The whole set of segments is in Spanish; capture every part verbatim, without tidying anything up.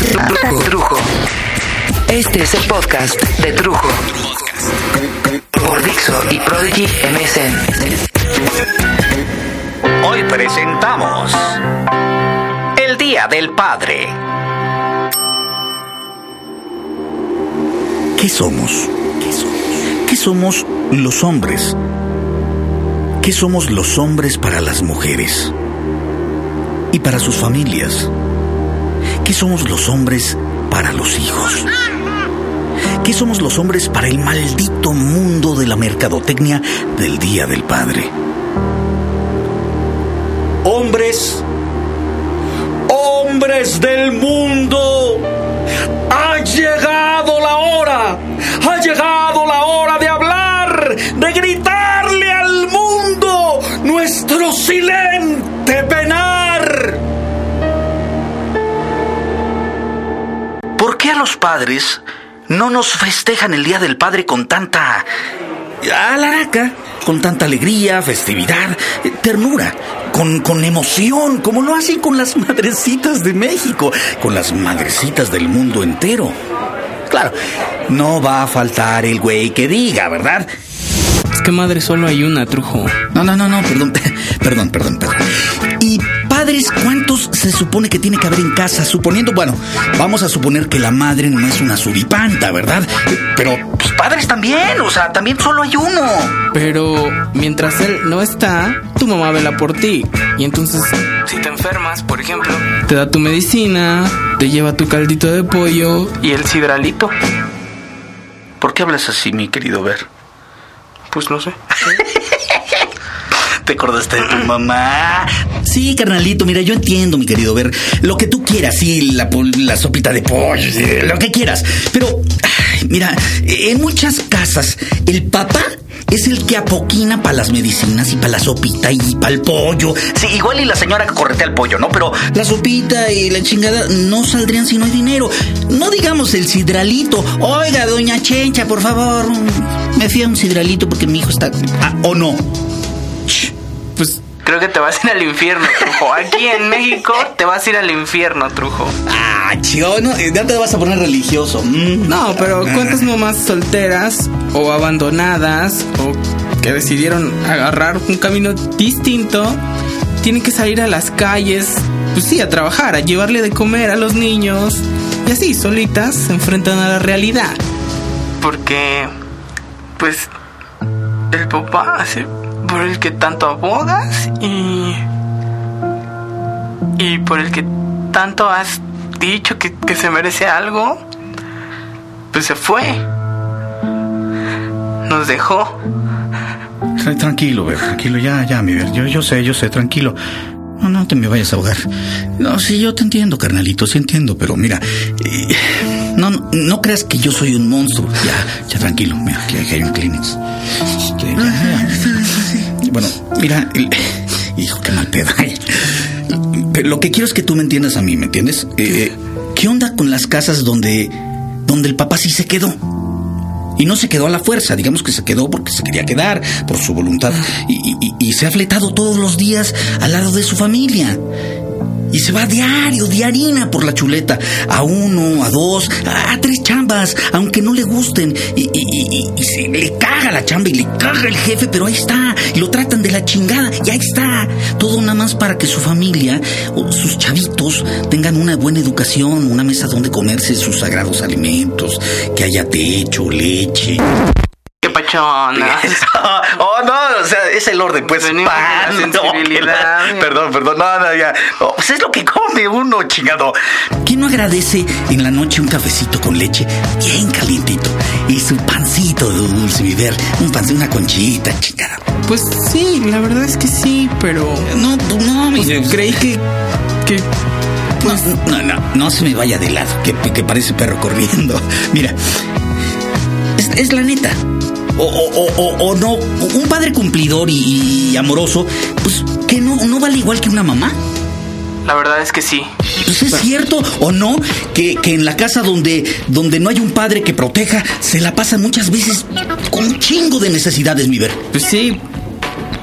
Trujo. Este es el podcast de Trujo. Por Dixo y Prodigy M S N. Hoy presentamos el Día del Padre. ¿Qué somos? ¿Qué somos? ¿Qué somos los hombres? ¿Qué somos los hombres para las mujeres? Y para sus familias. ¿Qué somos los hombres para los hijos? ¿Qué somos los hombres para el maldito mundo de la mercadotecnia del Día del Padre? Hombres, hombres del mundo, ha llegado la hora, ha llegado la hora de hablar, de gritarle al mundo nuestro silente penar. ¿Por qué a los padres no nos festejan el Día del Padre con tanta alaraca, con tanta alegría, festividad, ternura, con, con emoción, como lo hacen con las madrecitas de México, con las madrecitas del mundo entero? Claro, no va a faltar el güey que diga, ¿verdad? Es que madre solo hay una, Trujo. No, no, no, no, perdón, perdón, perdón, perdón. ¿Y padres cuántos se supone que tiene que haber en casa? Suponiendo, bueno, vamos a suponer que la madre no es una suripanta, ¿verdad? Pero, pues, padres también, o sea, también solo hay uno. Pero mientras él no está, tu mamá vela por ti. Y entonces, si te enfermas, por ejemplo, te da tu medicina, te lleva tu caldito de pollo y el sidralito. ¿Por qué hablas así, mi querido Ver? Pues no sé. ¿Te acordaste de tu mamá? Sí, carnalito, mira, yo entiendo, mi querido Ver. Lo que tú quieras, sí, la, la sopita de pollo, sí, lo que quieras. Pero, ay, mira, en muchas casas, el papá es el que apoquina para las medicinas y para la sopita y para el pollo. Sí, igual y la señora que corretea el pollo, ¿no? Pero la sopita y la chingada no saldrían si no hay dinero. No digamos el sidralito. Oiga, doña Chencha, por favor, me fía un sidralito porque mi hijo está... Ah, ¿o no? Pues creo que te vas a ir al infierno, Trujo. Aquí en México te vas a ir al infierno, Trujo. Ah, chido, no, ya te vas a poner religioso. Mm. No, pero ¿cuántas mamás solteras o abandonadas o que decidieron agarrar un camino distinto tienen que salir a las calles, pues sí, a trabajar, a llevarle de comer a los niños y así, solitas, se enfrentan a la realidad? Porque, pues, el papá hace... por el que tanto abogas y y por el que tanto has dicho que, que se merece algo, pues se fue, nos dejó. Tranquilo, Ver, tranquilo, ya, ya, mi Ver, yo, yo sé, yo sé, tranquilo. No, no te me vayas a ahogar. No, sí, yo te entiendo, carnalito, sí entiendo, pero mira, eh, no, no, no creas que yo soy un monstruo. Ya, ya, tranquilo, mira, aquí, aquí hay un Kleenex. Este, ya, ya. Bueno, mira, el, hijo, qué mal pedo. Pero lo que quiero es que tú me entiendas a mí, ¿me entiendes? Eh, ¿Qué onda con las casas donde, donde el papá sí se quedó? Y no se quedó a la fuerza, digamos que se quedó porque se quería quedar, por su voluntad. Y, y, y se ha fletado todos los días al lado de su familia. Y se va diario, diarina por la chuleta. A uno, a dos, a, a tres chambas, aunque no le gusten. Y, y, y, y se le caga la chamba y le caga el jefe, pero ahí está. Y lo tratan de la chingada y ahí está. Todo nada más para que su familia o sus chavitos tengan una buena educación, una mesa donde comerse sus sagrados alimentos, que haya techo, leche. ¡Qué pachona! Oh, no, o sea, es el orden, pues. Venimos pan, de la sensibilidad. No, perdón, perdón, no, no, ya. Oh, pues es lo que come uno, chingado. ¿Quién no agradece en la noche un cafecito con leche bien calientito? Y su pancito dulce, mi Ver, un pancito, una conchita, chingada. Pues sí, la verdad es que sí, pero... No, no, pues mi... creí que... que... Pues... No, no, no, no se me vaya de lado, que, que parece perro corriendo. Mira, es, es la neta. O, o, o, o no, un padre cumplidor y, y amoroso, pues que no, no vale igual que una mamá. La verdad es que sí. Pues es cierto o no que, que en la casa donde, donde no hay un padre que proteja, se la pasan muchas veces con un chingo de necesidades, mi Ver. Pues sí,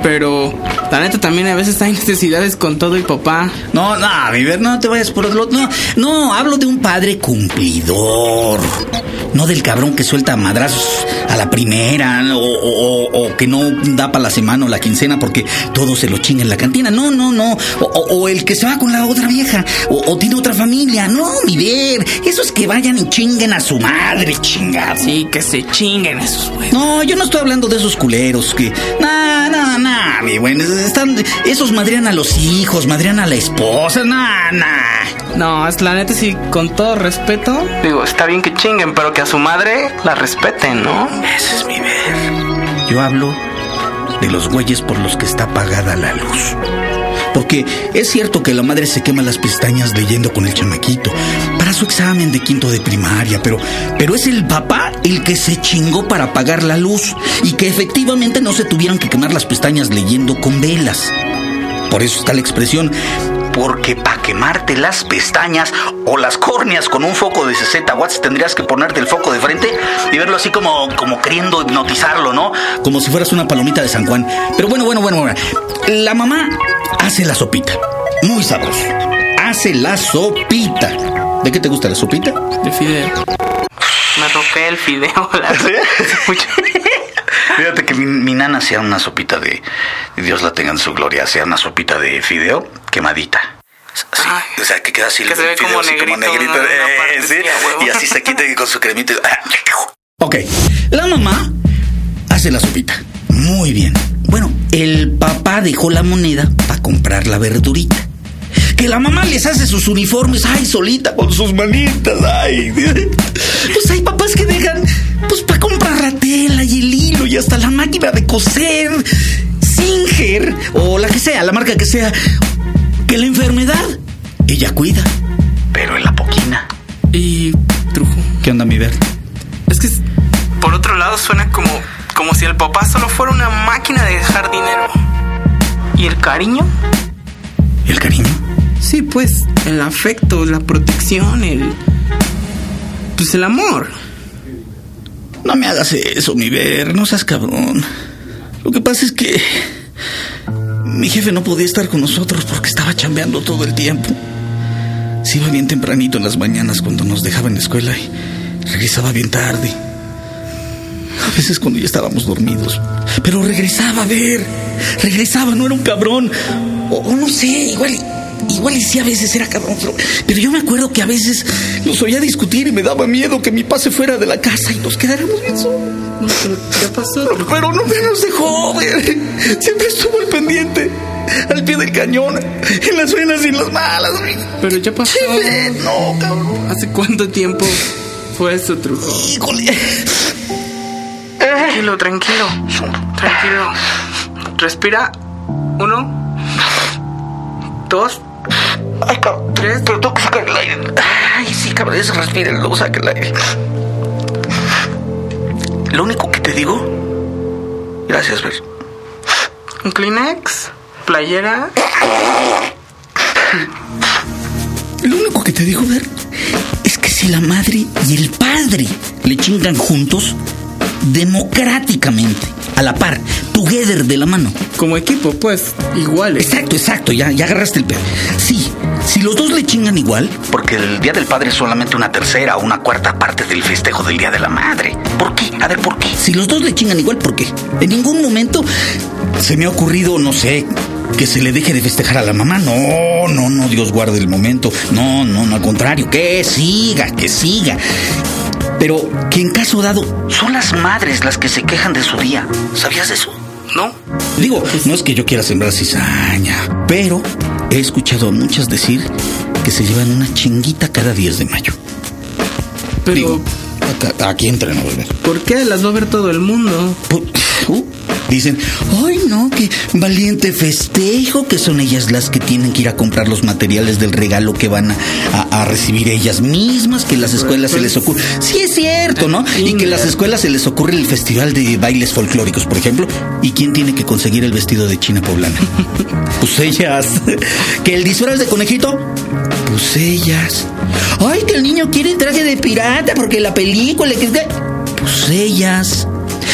Pero la neta también a veces hay necesidades con todo y papá. No, no, mi ver, no te vayas por el otro. No, no, hablo de un padre cumplidor. No del cabrón que suelta madrazos a la primera, o, o, o que no da para la semana o la quincena porque todo se lo chinga en la cantina. No, no, no. O, o, o el que se va con la otra vieja, o, o tiene otra familia. No, mi ver, esos que vayan y chinguen a su madre, chingada. Sí, que se chinguen esos güeyes. No, yo no estoy hablando de esos culeros que... Nah, nah, nah, mi güey. Están... Esos madrean a los hijos, madrean a la esposa. Nah, nah. No, es la neta, sí, con todo respeto. Digo, está bien que chinguen, pero que a su madre la respeten, ¿no? Ese es mi ver. Yo hablo de los güeyes por los que está apagada la luz. Porque es cierto que la madre se quema las pestañas leyendo con el chamaquito para su examen de quinto de primaria, pero, pero es el papá el que se chingó para apagar la luz y que efectivamente no se tuvieron que quemar las pestañas leyendo con velas. Por eso está la expresión, porque para quemarte las pestañas o las córneas con un foco de sesenta watts tendrías que ponerte el foco de frente y verlo así como, como queriendo hipnotizarlo, ¿no? Como si fueras una palomita de San Juan. Pero bueno, bueno, bueno, bueno. La mamá hace la sopita. Muy sabroso. Hace la sopita. ¿De qué te gusta la sopita? De fideo. Me roqué el fideo. La... ¿Sí? Fíjate que mi, mi nana hacía una sopita de... Dios la tenga en su gloria. Hacía una sopita de fideo quemadita. Sí, ay, o sea, que queda así que el se ve fideo, como así negrito, como negrito. ¿no? Eh, sí, y así se quita con su cremita. Ok, la mamá hace la sopita. Muy bien. Bueno, el papá dejó la moneda para comprar la verdurita. Que la mamá les hace sus uniformes, ay, solita, con sus manitas, ay. Pues hay papás que dejan, pues, para comprar la tela y el hilo y hasta la máquina de coser, Singer, o la que sea, la marca que sea. Que la enfermedad, ella cuida, pero en la poquina. Y, Trujo, ¿qué onda, mi ver? Es que, por otro lado, suena como, como si el papá solo fuera una máquina de dejar dinero. ¿Y el cariño? ¿El cariño? Sí, pues, el afecto, la protección, el... pues el amor. No me hagas eso, mi ver, no seas cabrón. Lo que pasa es que mi jefe no podía estar con nosotros porque estaba chambeando todo el tiempo. Se iba bien tempranito en las mañanas cuando nos dejaba en la escuela y regresaba bien tarde. A veces cuando ya estábamos dormidos. Pero regresaba a ver. Regresaba, no era un cabrón. O, o no sé, igual... Igual y sí a veces era cabrón, pero, pero yo me acuerdo que a veces nos oía discutir y me daba miedo que mi pa se fuera de la casa y nos quedáramos bien solos. No, pero ¿qué pasó? Pero, pero no me nos dejó, ver. Siempre estuvo al pendiente, al pie del cañón, en las buenas y en las malas, güey. Pero ya pasó. Sí, no, cabrón. ¿Hace cuánto tiempo fue eso, Trujo? Híjole. Tranquilo, tranquilo. Tranquilo. Respira. Uno. Dos. Ay, cabrón. Tres. Pero tengo que sacar el aire. Ay, sí, cabrón, eso respira, luego saca el aire. Lo único que te digo... Gracias, Ver. ¿Un Kleenex? ¿Playera? Lo único que te digo, Ver, es que si la madre y el padre le chingan juntos, democráticamente, a la par, together, de la mano. Como equipo, pues, iguales. Exacto, exacto, ya, ya agarraste el pedo. Sí, si los dos le chingan igual, porque el Día del Padre es solamente una tercera o una cuarta parte del festejo del Día de la Madre. ¿Por qué? A ver, ¿por qué? Si los dos le chingan igual, ¿por qué? En ningún momento se me ha ocurrido, no sé, que se le deje de festejar a la mamá. No, no, no, Dios guarde el momento. No, no, no, al contrario, que siga, que siga. Pero que en caso dado, son las madres las que se quejan de su día. ¿Sabías eso? ¿No? Digo, no es que yo quiera sembrar cizaña, pero he escuchado a muchas decir que se llevan una chinguita cada diez de mayo. Pero... Digo, acá, aquí entran a volver. ¿Por qué? Las va a ver todo el mundo. Uh, dicen, ay no, que valiente festejo, que son ellas las que tienen que ir a comprar los materiales del regalo que van a, a, a recibir ellas mismas, que las escuelas se les ocurre. Sí es cierto, ¿no? Y que las escuelas se les ocurre el festival de bailes folclóricos, por ejemplo. ¿Y quién tiene que conseguir el vestido de China poblana? Pues ellas. ¿Que el disfraz de conejito? Pues ellas. Ay, que el niño quiere traje de pirata porque la película... que Pues ellas.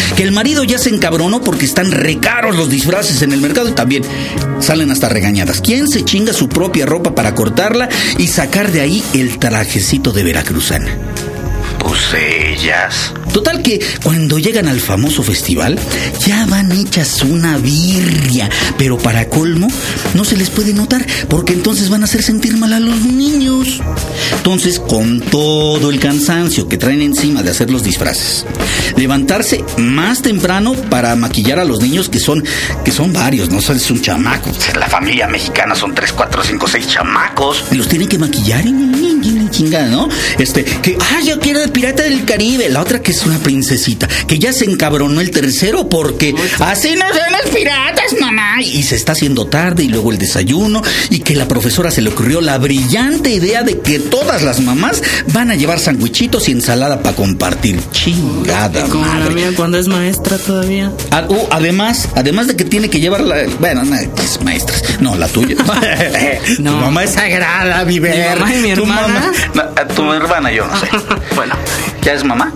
Que el marido ya se encabronó porque están re caros los disfraces en el mercado y también salen hasta regañadas. ¿Quién se chinga su propia ropa para cortarla y sacar de ahí el trajecito de veracruzana? Pues ellas. Total que cuando llegan al famoso festival ya van hechas una birria, pero para colmo no se les puede notar porque entonces van a hacer sentir mal a los niños. Entonces, con todo el cansancio que traen encima de hacer los disfraces, levantarse más temprano para maquillar a los niños, que son que son varios, no es un chamaco. La familia mexicana son tres, cuatro, cinco, seis chamacos. Y los tienen que maquillar en chingada, ¿no? Este, que, ah, yo quiero el Pirata del Caribe. La otra que es una princesita, que ya se encabronó el tercero porque así no son los piratas, mamá. Y se está haciendo tarde y luego el desayuno y que la profesora se le ocurrió la brillante idea de que todas las mamás van a llevar sandwichitos y ensalada para compartir. Chingada como madre. La mía cuando es maestra todavía. Ah, uh, además, además de que tiene que llevar la... Bueno, no, es maestras. No, la tuya. No. Tu mamá es sagrada, mi ver. Mi mamá y mi Tu hermana. mamá- No, tu hermana yo no sé. Bueno, ¿Ya es mamá?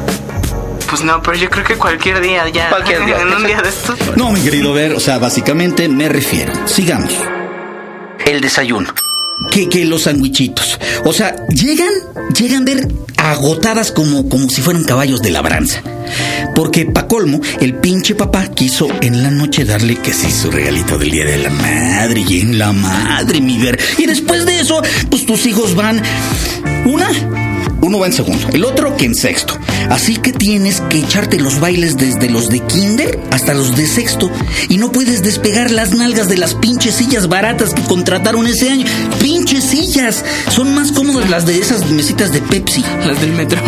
pues no, pero yo creo que cualquier día ya. Cualquier día. En un día de estos. No, mi querido Ver, o sea, básicamente me refiero. Sigamos. El desayuno. Que, que los sandwichitos. O sea, llegan, llegan a ver agotadas como, como si fueran caballos de labranza. Porque pa' colmo, el pinche papá quiso en la noche darle que sí su regalito del Día de la Madre. Y en la madre, mi Ver. Y después de eso, pues tus hijos van... Una... Uno va en segundo, el otro que en sexto. Así que tienes que echarte los bailes desde los de kinder hasta los de sexto. Y no puedes despegar las nalgas de las pinches sillas baratas que contrataron ese año. ¡Pinches sillas! Son más cómodas las de esas mesitas de Pepsi. Las del metro.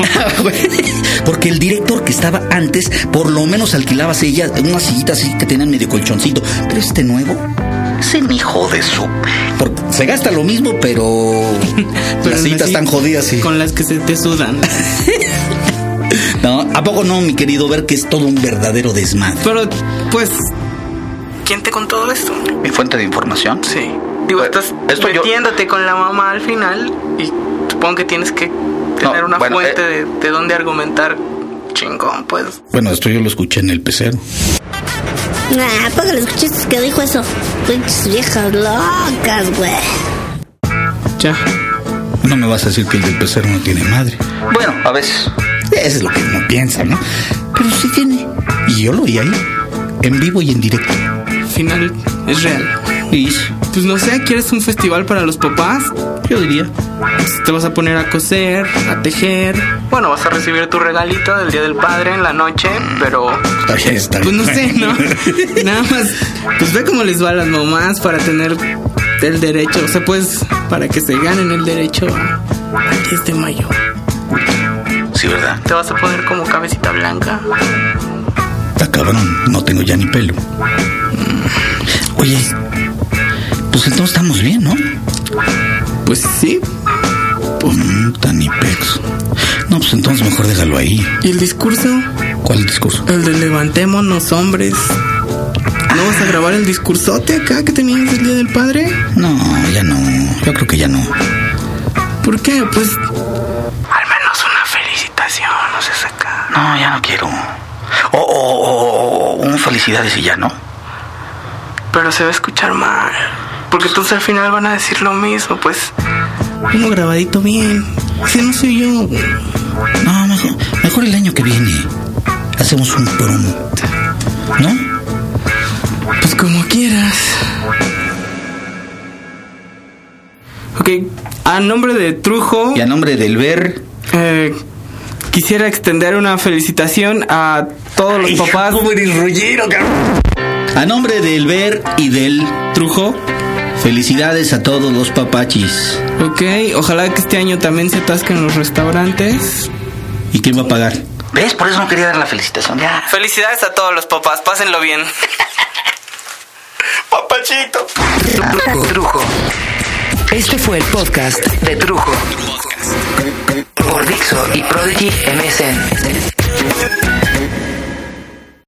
Porque el director que estaba antes por lo menos alquilaba sillas, unas sillitas así que tenían medio colchoncito. Pero este nuevo... Ese hijo de su... Porque se gasta lo mismo, pero, Pero las sillitas así, están jodidas, sí. Con las que se te sudan. No, ¿a poco no, mi querido Ver, que es todo un verdadero desmadre? Pero, pues, ¿Quién te contó esto? ¿Mi fuente de información? Sí. Digo, Eh, estás esto yo- metiéndote con la mamá al final y supongo que tienes que tener No, una bueno, fuente eh. de, de dónde argumentar chingón, pues. Bueno, esto yo lo escuché en el pecero. Nah, ¿para qué lo escuchaste que dijo eso? Pinches viejas locas, güey. ya. No me vas a decir que el del pecero no tiene madre. Bueno, a veces. Eso es lo que uno piensa, ¿no? Pero sí tiene. Y yo lo oí ahí, en vivo y en directo. Al final es real. Y Pues no sé, ¿quieres un festival para los papás? yo diría... Pues te vas a poner a coser, a tejer. Bueno, vas a recibir tu regalito del Día del Padre en la noche, pero Está bien, está Pues bien. no sé, ¿no? Nada más, pues ve cómo les va a las mamás para tener el derecho, o sea, pues, para que se ganen el derecho a- al diez de mayo. Sí, ¿verdad? te vas a poner como cabecita blanca. Está cabrón, no tengo ya ni pelo. Oye, pues entonces estamos bien, ¿no? Pues sí. Puta ni pex. No, pues entonces mejor déjalo ahí. ¿Y el discurso? ¿Cuál discurso? El de levantémonos, hombres. ¿No vas a grabar el discursote acá que tenías el Día del Padre? No, ya no. Yo creo que ya no. ¿Por qué? Pues, Al menos una felicitación, no sé acá. No, ya no quiero. O, o, o, o, un felicidades y ya, ¿no? Pero se va a escuchar mal. Porque entonces al final van a decir lo mismo, pues. uno grabadito bien. Ese no soy yo. No, mejor, mejor el año que viene. Hacemos un promo. ¿No? Pues como quieras. Ok, a nombre de Trujo, Y a nombre del Ver... eh, quisiera extender una felicitación a todos los papás. ¿Cómo eres rollero, cabrón? A nombre del Ver y del Trujo, felicidades a todos los papachis. ok, ojalá que este año también se atasquen los restaurantes. ¿Y quién va a pagar? ¿Ves? Por eso no quería dar la felicitación. Ya. Felicidades a todos los papás, pásenlo bien. Papachito. Trujo. Este fue el podcast de Trujo. Por Dixo y Prodigy M S N.